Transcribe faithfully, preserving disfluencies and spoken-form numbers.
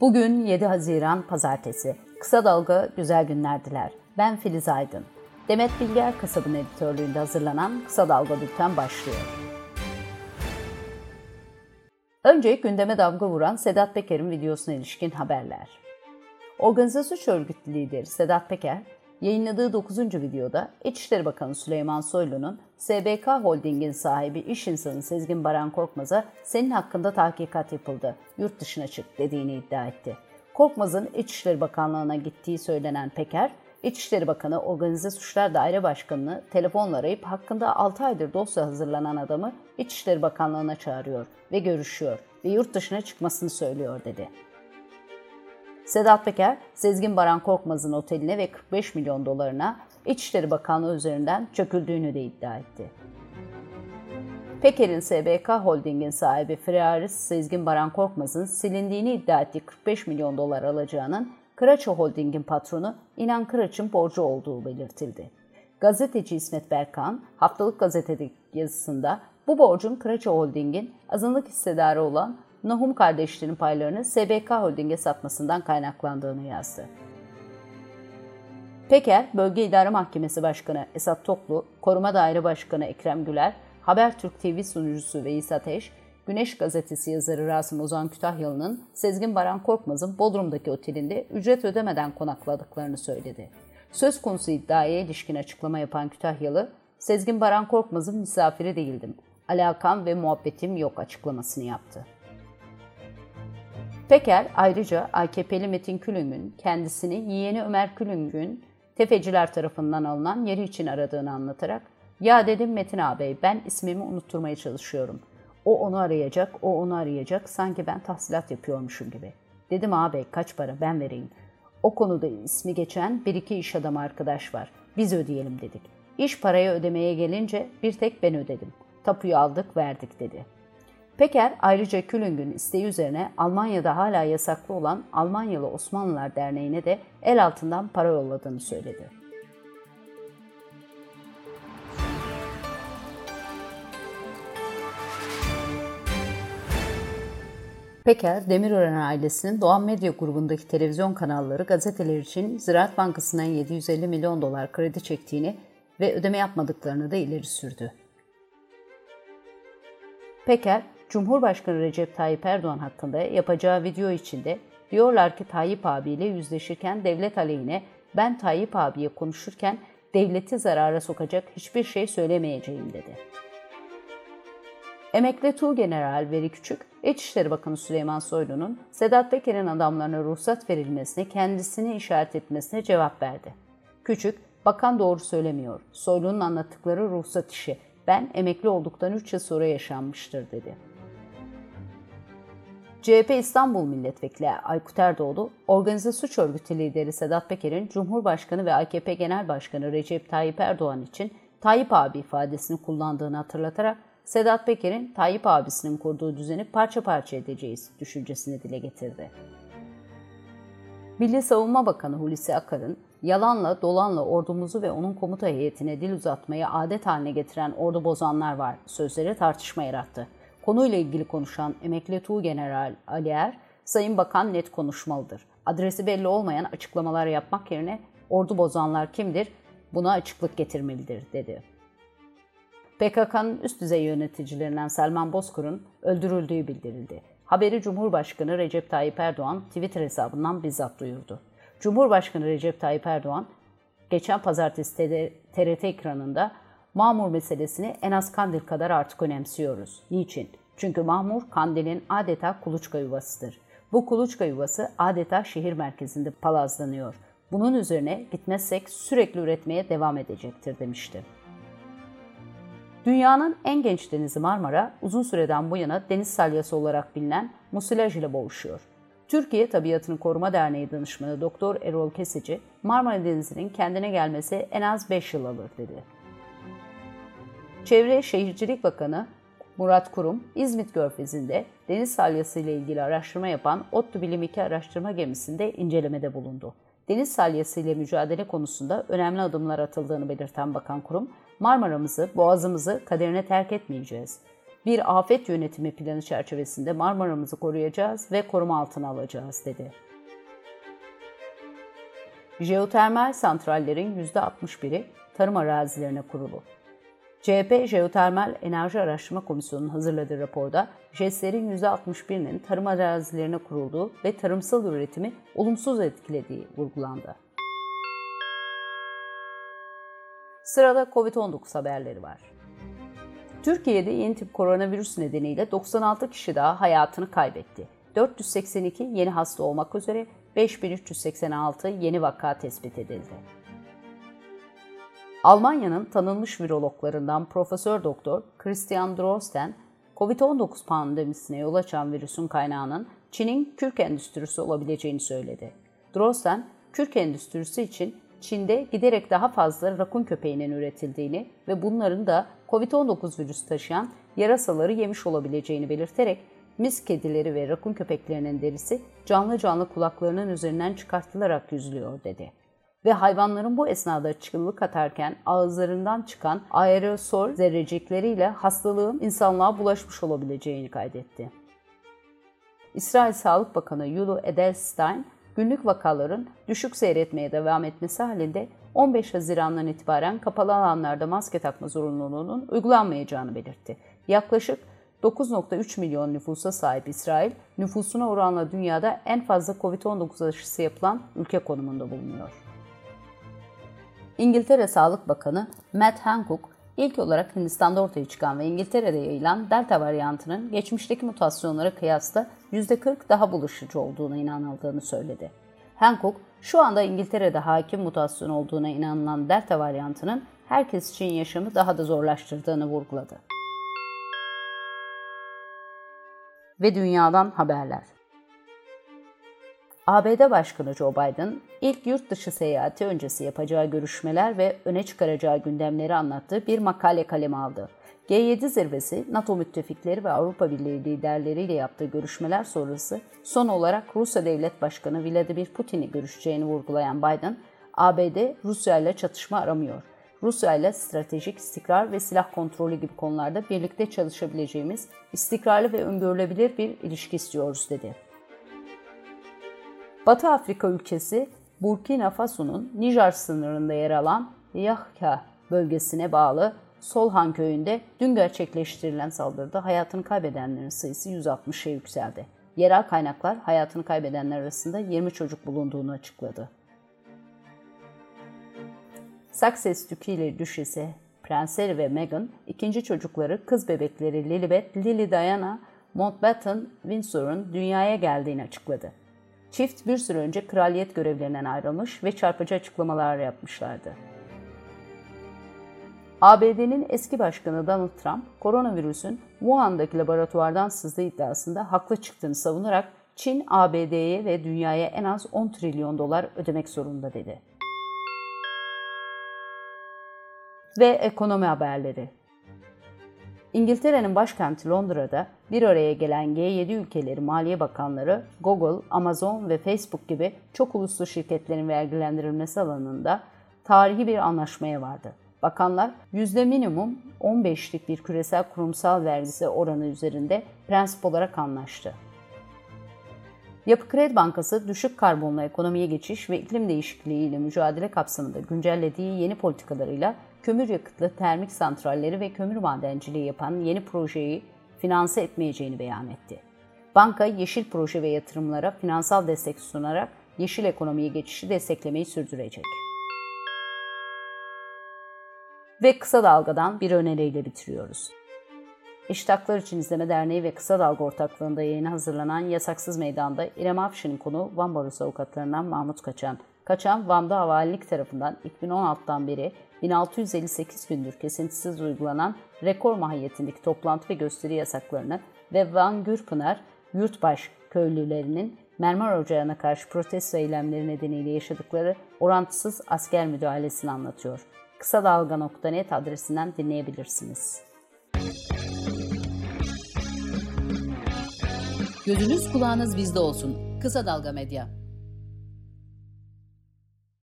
Bugün yedi Haziran Pazartesi. Kısa Dalga güzel günler diler. Ben Filiz Aydın. Demet Bilger Kasab'ın editörlüğünde hazırlanan Kısa Dalga Bülten başlıyor. Önce gündeme damga vuran Sedat Peker'in videosuna ilişkin haberler. Organize suç örgütü lideri Sedat Peker, yayınladığı dokuzuncu videoda İçişleri Bakanı Süleyman Soylu'nun S B K Holding'in sahibi iş insanı Sezgin Baran Korkmaz'a "Senin hakkında tahkikat yapıldı, yurt dışına çık" dediğini iddia etti. Korkmaz'ın İçişleri Bakanlığı'na gittiği söylenen Peker, İçişleri Bakanı Organize Suçlar Daire Başkanı'nı telefonla arayıp hakkında altı aydır dosya hazırlanan adamı İçişleri Bakanlığı'na çağırıyor ve görüşüyor ve yurt dışına çıkmasını söylüyor dedi. Sedat Peker, Sezgin Baran Korkmaz'ın oteline ve kırk beş milyon dolarına İçişleri Bakanlığı üzerinden çöküldüğünü de iddia etti. Peker'in S B K Holding'in sahibi Firyaris Sezgin Baran Korkmaz'ın silindiğini iddia ettiği kırk beş milyon dolar alacağının Kıraço Holding'in patronu İnan Kıraç'ın borcu olduğu belirtildi. Gazeteci İsmet Berkan, Haftalık Gazete'deki yazısında bu borcun Kıraço Holding'in azınlık hissedarı olan Nahum kardeşlerin paylarını S B K Holding'e satmasından kaynaklandığını yazdı. Peker, Bölge İdare Mahkemesi Başkanı Esat Toklu, Koruma Daire Başkanı Ekrem Güler, Habertürk T V sunucusu Veys Ateş, Güneş Gazetesi yazarı Rasim Ozan Kütahyalı'nın Sezgin Baran Korkmaz'ın Bodrum'daki otelinde ücret ödemeden konakladıklarını söyledi. Söz konusu iddiaya ilişkin açıklama yapan Kütahyalı, "Sezgin Baran Korkmaz'ın misafiri değildim, alakam ve muhabbetim yok" açıklamasını yaptı. Peker ayrıca A K P'li Metin Külüng'ün kendisini yeğeni Ömer Külüng'ün tefeciler tarafından alınan yeri için aradığını anlatarak "Ya dedim Metin ağabey, ben ismimi unutturmaya çalışıyorum. O onu arayacak, o onu arayacak, sanki ben tahsilat yapıyormuşum gibi. Dedim ağabey kaç para, ben vereyim. O konuda ismi geçen bir iki iş adamı arkadaş var, biz ödeyelim dedik. İş paraya ödemeye gelince bir tek ben ödedim. Tapuyu aldık verdik" dedi. Peker ayrıca Külüng'ün isteği üzerine Almanya'da hala yasaklı olan Almanyalı Osmanlılar Derneği'ne de el altından para yolladığını söyledi. Peker, Demirören ailesinin Doğan Medya grubundaki televizyon kanalları, gazeteler için Ziraat Bankası'ndan yedi yüz elli milyon dolar kredi çektiğini ve ödeme yapmadıklarını da ileri sürdü. Peker, Cumhurbaşkanı Recep Tayyip Erdoğan hakkında yapacağı video içinde diyorlar ki Tayyip abiyle yüzleşirken devlet aleyhine, ben Tayyip abiye konuşurken devleti zarara sokacak hiçbir şey söylemeyeceğim dedi. Emekli Tuğgeneral Veri Küçük, İçişleri Bakanı Süleyman Soylu'nun Sedat Peker'in adamlarına ruhsat verilmesine kendisini işaret etmesine cevap verdi. Küçük, "Bakan doğru söylemiyor. Soylu'nun anlattıkları ruhsat işi. Ben emekli olduktan üç yıl sonra yaşanmıştır" dedi. C H P İstanbul Milletvekili Aykut Erdoğdu, organize suç örgütü lideri Sedat Peker'in Cumhurbaşkanı ve A K P Genel Başkanı Recep Tayyip Erdoğan için Tayyip abi ifadesini kullandığını hatırlatarak Sedat Peker'in Tayyip abisinin kurduğu düzeni parça parça edeceğiz düşüncesini dile getirdi. Milli Savunma Bakanı Hulusi Akar'ın yalanla dolanla ordumuzu ve onun komuta heyetine dil uzatmayı adet haline getiren ordu bozanlar var sözleri tartışma yarattı. Konuyla ilgili konuşan emekli Tuğgeneral Ali Er, "Sayın Bakan net konuşmalıdır. Adresi belli olmayan açıklamalar yapmak yerine ordu bozanlar kimdir? Buna açıklık getirmelidir" dedi. P K K'nın üst düzey yöneticilerinden Selman Bozkur'un öldürüldüğü bildirildi. Haberi Cumhurbaşkanı Recep Tayyip Erdoğan Twitter hesabından bizzat duyurdu. Cumhurbaşkanı Recep Tayyip Erdoğan, geçen pazartesi T R T ekranında Mamur meselesini en az Kandil kadar artık önemsiyoruz. Niçin? Çünkü Mamur, Kandil'in adeta kuluçka yuvasıdır. Bu kuluçka yuvası adeta şehir merkezinde palazlanıyor. Bunun üzerine gitmezsek sürekli üretmeye devam edecektir demişti. Dünyanın en genç denizi Marmara, uzun süreden bu yana deniz salyası olarak bilinen musilaj ile boğuşuyor. Türkiye Tabiatını Koruma Derneği danışmanı Doktor Erol Kesici, Marmara Denizi'nin kendine gelmesi en az beş yıl alır dedi. Çevre Şehircilik Bakanı Murat Kurum, İzmit Körfezi'nde deniz salyası ile ilgili araştırma yapan ODTÜ Bilim iki araştırma gemisinde incelemede bulundu. Deniz salyası ile mücadele konusunda önemli adımlar atıldığını belirten Bakan Kurum, "Marmara'mızı, boğazımızı kaderine terk etmeyeceğiz. Bir afet yönetimi planı çerçevesinde Marmara'mızı koruyacağız ve koruma altına alacağız dedi. Jeotermal santrallerin yüzde altmış biri tarım arazilerine kurulu. C H P Jeotermal Enerji Araştırma Komisyonu'nun hazırladığı raporda J E S'lerin yüzde altmış birinin tarım arazilerine kurulduğu ve tarımsal üretimi olumsuz etkilediği vurgulandı. Sırada kovid on dokuz haberleri var. Türkiye'de yeni tip koronavirüs nedeniyle doksan altı kişi daha hayatını kaybetti. dört yüz seksen iki yeni hasta olmak üzere beş bin üç yüz seksen altı yeni vaka tespit edildi. Almanya'nın tanınmış virologlarından Profesör Doktor Christian Drosten, kovid on dokuz pandemisine yol açan virüsün kaynağının Çin'in kürk endüstrisi olabileceğini söyledi. Drosten, kürk endüstrisi için Çin'de giderek daha fazla rakun köpeğinin üretildiğini ve bunların da kovid on dokuz virüsü taşıyan yarasaları yemiş olabileceğini belirterek, mis kedileri ve rakun köpeklerinin derisi canlı canlı kulaklarının üzerinden çıkartılarak yüzülüyor dedi. Ve hayvanların bu esnada çığlık atarken ağızlarından çıkan aerosol zerrecikleriyle hastalığın insanlığa bulaşmış olabileceğini kaydetti. İsrail Sağlık Bakanı Yuli Edelstein, günlük vakaların düşük seyretmeye devam etmesi halinde on beş Haziran'dan itibaren kapalı alanlarda maske takma zorunluluğunun uygulanmayacağını belirtti. Yaklaşık dokuz virgül üç milyon nüfusa sahip İsrail, nüfusuna oranla dünyada en fazla kovid on dokuz aşısı yapılan ülke konumunda bulunuyor. İngiltere Sağlık Bakanı Matt Hancock, ilk olarak Hindistan'da ortaya çıkan ve İngiltere'de yayılan Delta varyantının geçmişteki mutasyonlara kıyasla yüzde kırk daha bulaşıcı olduğuna inanıldığını söyledi. Hancock, şu anda İngiltere'de hakim mutasyon olduğuna inanılan Delta varyantının herkes için yaşamı daha da zorlaştırdığını vurguladı. Ve dünyadan haberler. A B D Başkanı Joe Biden, ilk yurt dışı seyahati öncesi yapacağı görüşmeler ve öne çıkaracağı gündemleri anlattığı bir makale kaleme aldı. G yedi zirvesi, NATO müttefikleri ve Avrupa Birliği liderleriyle yaptığı görüşmeler sonrası son olarak Rusya Devlet Başkanı Vladimir Putin'i görüşeceğini vurgulayan Biden, A B D Rusya ile çatışma aramıyor. Rusya ile stratejik istikrar ve silah kontrolü gibi konularda birlikte çalışabileceğimiz istikrarlı ve öngörülebilir bir ilişki istiyoruz dedi. Batı Afrika ülkesi Burkina Faso'nun Nijer sınırında yer alan Yahya bölgesine bağlı Solhan köyünde dün gerçekleştirilen saldırıda hayatını kaybedenlerin sayısı yüz altmışa yükseldi. Yerel kaynaklar hayatını kaybedenler arasında yirmi çocuk bulunduğunu açıkladı. Sussex Dükü'yle Düşesi Prens Harry ve Meghan, ikinci çocukları kız bebekleri Lilibet, Lily Diana Mountbatten Windsor'un dünyaya geldiğini açıkladı. Çift bir süre önce kraliyet görevlerinden ayrılmış ve çarpıcı açıklamalar yapmışlardı. A B D'nin eski başkanı Donald Trump, koronavirüsün Wuhan'daki laboratuvardan sızdığı iddiasında haklı çıktığını savunarak Çin, A B D'ye ve dünyaya en az on trilyon dolar ödemek zorunda dedi. Ve ekonomi haberleri. İngiltere'nin başkenti Londra'da bir araya gelen G yedi ülkeleri maliye bakanları Google, Amazon ve Facebook gibi çok uluslu şirketlerin vergilendirilmesi alanında tarihi bir anlaşmaya vardı. Bakanlar yüzde minimum on beşlik bir küresel kurumsal vergisi oranı üzerinde prensip olarak anlaştı. Yapı Kredi Bankası, düşük karbonlu ekonomiye geçiş ve iklim değişikliğiyle mücadele kapsamında güncellediği yeni politikalarıyla kömür yakıtlı termik santralleri ve kömür madenciliği yapan yeni projeyi finanse etmeyeceğini beyan etti. Banka, yeşil proje ve yatırımlara finansal destek sunarak yeşil ekonomiye geçişi desteklemeyi sürdürecek. Ve Kısa Dalga'dan bir öneriyle bitiriyoruz. Eşit Haklar İçin İzleme Derneği ve Kısa Dalga ortaklığında yayına hazırlanan Yasaksız Meydan'da İrem Afşin'in konuğu Van Barosu avukatlarından Mahmut Kaçan. Kaçan, Van'da Havalilik tarafından iki bin on altıdan beri bin altı yüz elli sekiz gündür kesintisiz uygulanan rekor mahiyetindeki toplantı ve gösteri yasaklarını ve Van Gürpınar, Yurtbaş köylülerinin mermer ocağına karşı protesto eylemleri nedeniyle yaşadıkları orantısız asker müdahalesini anlatıyor. kısadalga nokta net adresinden dinleyebilirsiniz. Gözünüz kulağınız bizde olsun. Kısa Dalga Medya.